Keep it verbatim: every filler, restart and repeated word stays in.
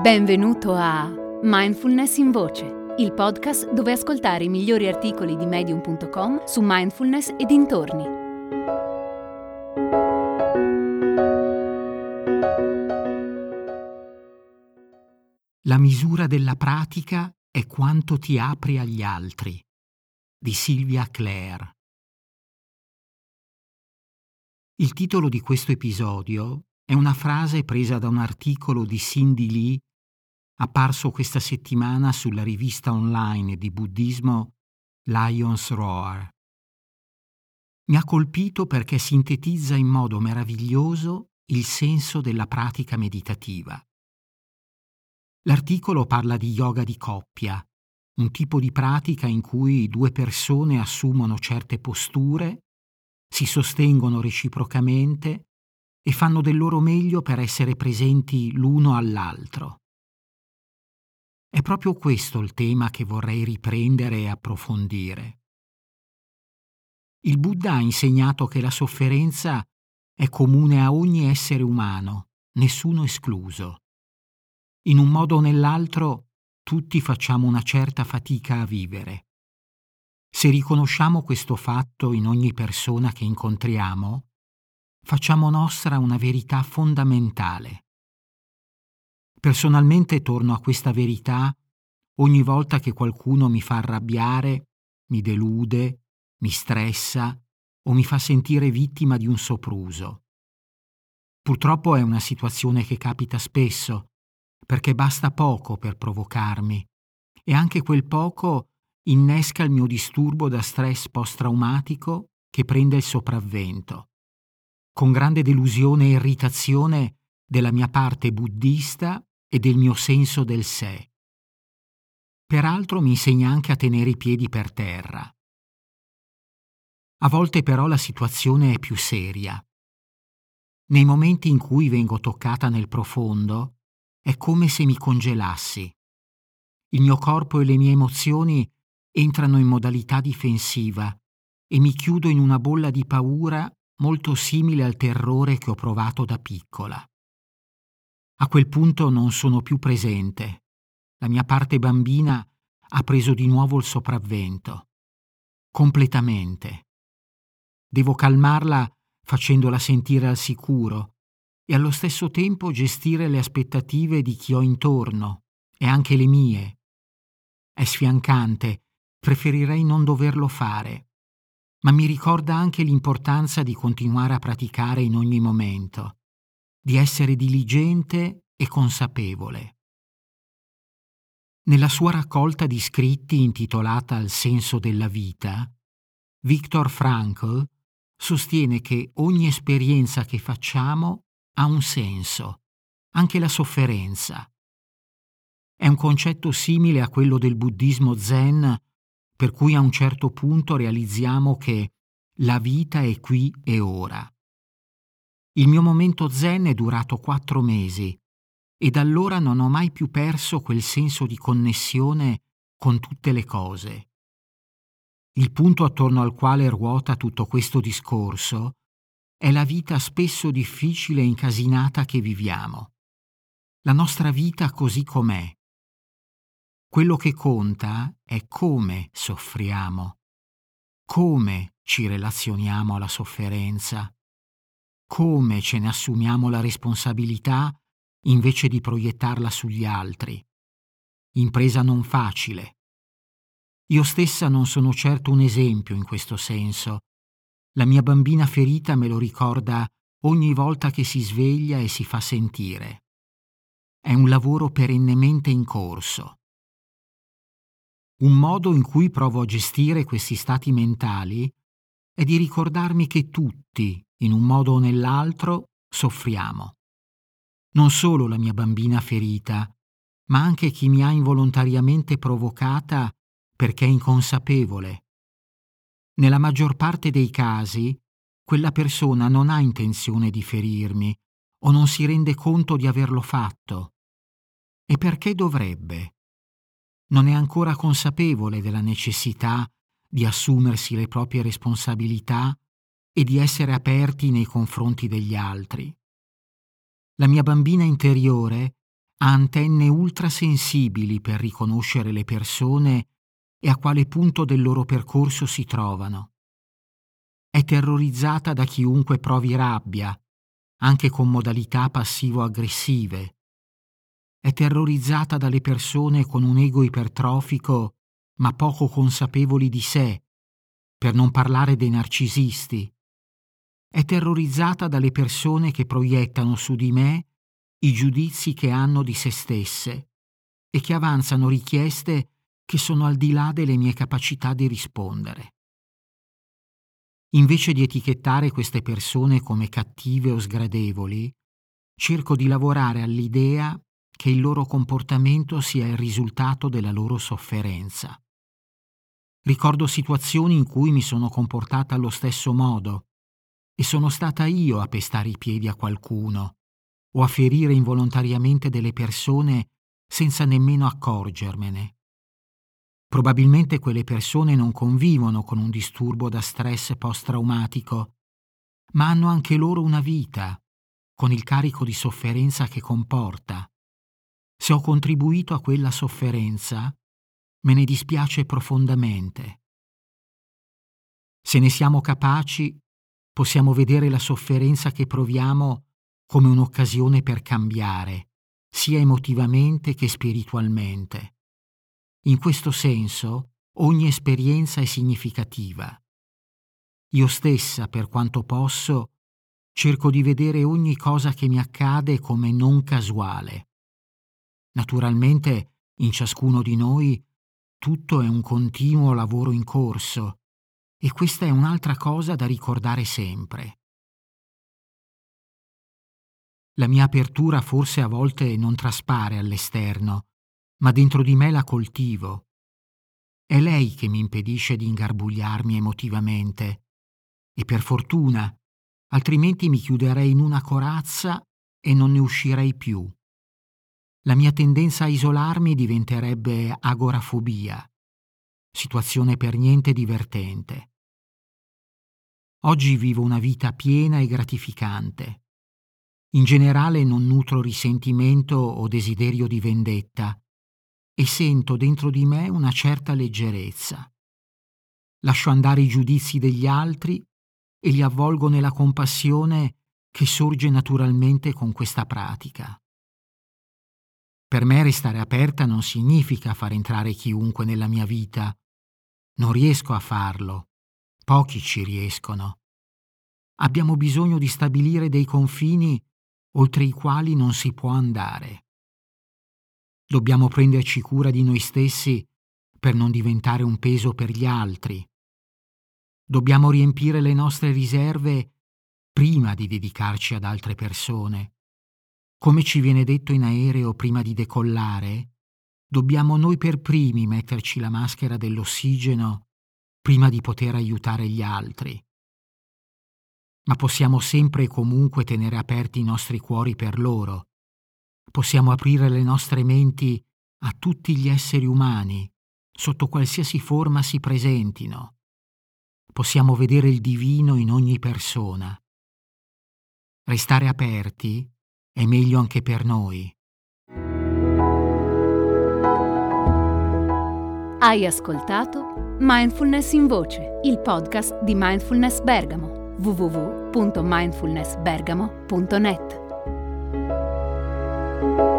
Benvenuto a Mindfulness in Voce, il podcast dove ascoltare i migliori articoli di medium punto com su mindfulness e dintorni. La misura della pratica è quanto ti apri agli altri, di Sylvia Clare. Il titolo di questo episodio è una frase presa da un articolo di Cindy Lee apparso questa settimana sulla rivista online di buddismo Lion's Roar. Mi ha colpito perché sintetizza in modo meraviglioso il senso della pratica meditativa. L'articolo parla di yoga di coppia, un tipo di pratica in cui due persone assumono certe posture, si sostengono reciprocamente e fanno del loro meglio per essere presenti l'uno all'altro. È proprio questo il tema che vorrei riprendere e approfondire. Il Buddha ha insegnato che la sofferenza è comune a ogni essere umano, nessuno escluso. In un modo o nell'altro, tutti facciamo una certa fatica a vivere. Se riconosciamo questo fatto in ogni persona che incontriamo, facciamo nostra una verità fondamentale. Personalmente torno a questa verità ogni volta che qualcuno mi fa arrabbiare, mi delude, mi stressa o mi fa sentire vittima di un sopruso. Purtroppo è una situazione che capita spesso, perché basta poco per provocarmi e anche quel poco innesca il mio disturbo da stress post-traumatico che prende il sopravvento, con grande delusione e irritazione della mia parte buddista e del mio senso del sé. Peraltro mi insegna anche a tenere i piedi per terra. A volte però la situazione è più seria. Nei momenti in cui vengo toccata nel profondo, è come se mi congelassi. Il mio corpo e le mie emozioni entrano in modalità difensiva e mi chiudo in una bolla di paura molto simile al terrore che ho provato da piccola. A quel punto non sono più presente. La mia parte bambina ha preso di nuovo il sopravvento. Completamente. Devo calmarla facendola sentire al sicuro e allo stesso tempo gestire le aspettative di chi ho intorno e anche le mie. È sfiancante, preferirei non doverlo fare, ma mi ricorda anche l'importanza di continuare a praticare in ogni momento, di essere diligente e consapevole. Nella sua raccolta di scritti intitolata Il senso della vita, Viktor Frankl sostiene che ogni esperienza che facciamo ha un senso, anche la sofferenza. È un concetto simile a quello del buddismo zen, per cui a un certo punto realizziamo che la vita è qui e ora. Il mio momento zen è durato quattro mesi e da allora non ho mai più perso quel senso di connessione con tutte le cose. Il punto attorno al quale ruota tutto questo discorso è la vita spesso difficile e incasinata che viviamo. La nostra vita così com'è. Quello che conta è come soffriamo, come ci relazioniamo alla sofferenza, come ce ne assumiamo la responsabilità invece di proiettarla sugli altri. Impresa non facile. Io stessa non sono certo un esempio in questo senso. La mia bambina ferita me lo ricorda ogni volta che si sveglia e si fa sentire. È un lavoro perennemente in corso. Un modo in cui provo a gestire questi stati mentali è di ricordarmi che tutti, in un modo o nell'altro, soffriamo. Non solo la mia bambina ferita, ma anche chi mi ha involontariamente provocata perché è inconsapevole. Nella maggior parte dei casi, quella persona non ha intenzione di ferirmi o non si rende conto di averlo fatto. E perché dovrebbe? Non è ancora consapevole della necessità di assumersi le proprie responsabilità e di essere aperti nei confronti degli altri. La mia bambina interiore ha antenne ultrasensibili per riconoscere le persone e a quale punto del loro percorso si trovano. È terrorizzata da chiunque provi rabbia, anche con modalità passivo-aggressive. È terrorizzata dalle persone con un ego ipertrofico ma poco consapevoli di sé, per non parlare dei narcisisti. È terrorizzata dalle persone che proiettano su di me i giudizi che hanno di se stesse e che avanzano richieste che sono al di là delle mie capacità di rispondere. Invece di etichettare queste persone come cattive o sgradevoli, cerco di lavorare all'idea che il loro comportamento sia il risultato della loro sofferenza. Ricordo situazioni in cui mi sono comportata allo stesso modo e sono stata io a pestare i piedi a qualcuno o a ferire involontariamente delle persone senza nemmeno accorgermene. Probabilmente quelle persone non convivono con un disturbo da stress post-traumatico, ma hanno anche loro una vita, con il carico di sofferenza che comporta. Se ho contribuito a quella sofferenza, me ne dispiace profondamente. Se ne siamo capaci, possiamo vedere la sofferenza che proviamo come un'occasione per cambiare, sia emotivamente che spiritualmente. In questo senso, ogni esperienza è significativa. Io stessa, per quanto posso, cerco di vedere ogni cosa che mi accade come non casuale. Naturalmente, in ciascuno di noi, tutto è un continuo lavoro in corso, e questa è un'altra cosa da ricordare sempre. La mia apertura forse a volte non traspare all'esterno, ma dentro di me la coltivo. È lei che mi impedisce di ingarbugliarmi emotivamente, e per fortuna, altrimenti mi chiuderei in una corazza e non ne uscirei più. La mia tendenza a isolarmi diventerebbe agorafobia, situazione per niente divertente. Oggi vivo una vita piena e gratificante. In generale non nutro risentimento o desiderio di vendetta e sento dentro di me una certa leggerezza. Lascio andare i giudizi degli altri e li avvolgo nella compassione che sorge naturalmente con questa pratica. Per me restare aperta non significa far entrare chiunque nella mia vita. Non riesco a farlo. Pochi ci riescono. Abbiamo bisogno di stabilire dei confini oltre i quali non si può andare. Dobbiamo prenderci cura di noi stessi per non diventare un peso per gli altri. Dobbiamo riempire le nostre riserve prima di dedicarci ad altre persone. Come ci viene detto in aereo prima di decollare, dobbiamo noi per primi metterci la maschera dell'ossigeno prima di poter aiutare gli altri. Ma possiamo sempre e comunque tenere aperti i nostri cuori per loro. Possiamo aprire le nostre menti a tutti gli esseri umani, sotto qualsiasi forma si presentino. Possiamo vedere il divino in ogni persona. Restare aperti è meglio anche per noi. Hai ascoltato Mindfulness in Voce, il podcast di Mindfulness Bergamo. w w w punto mindfulness bergamo punto net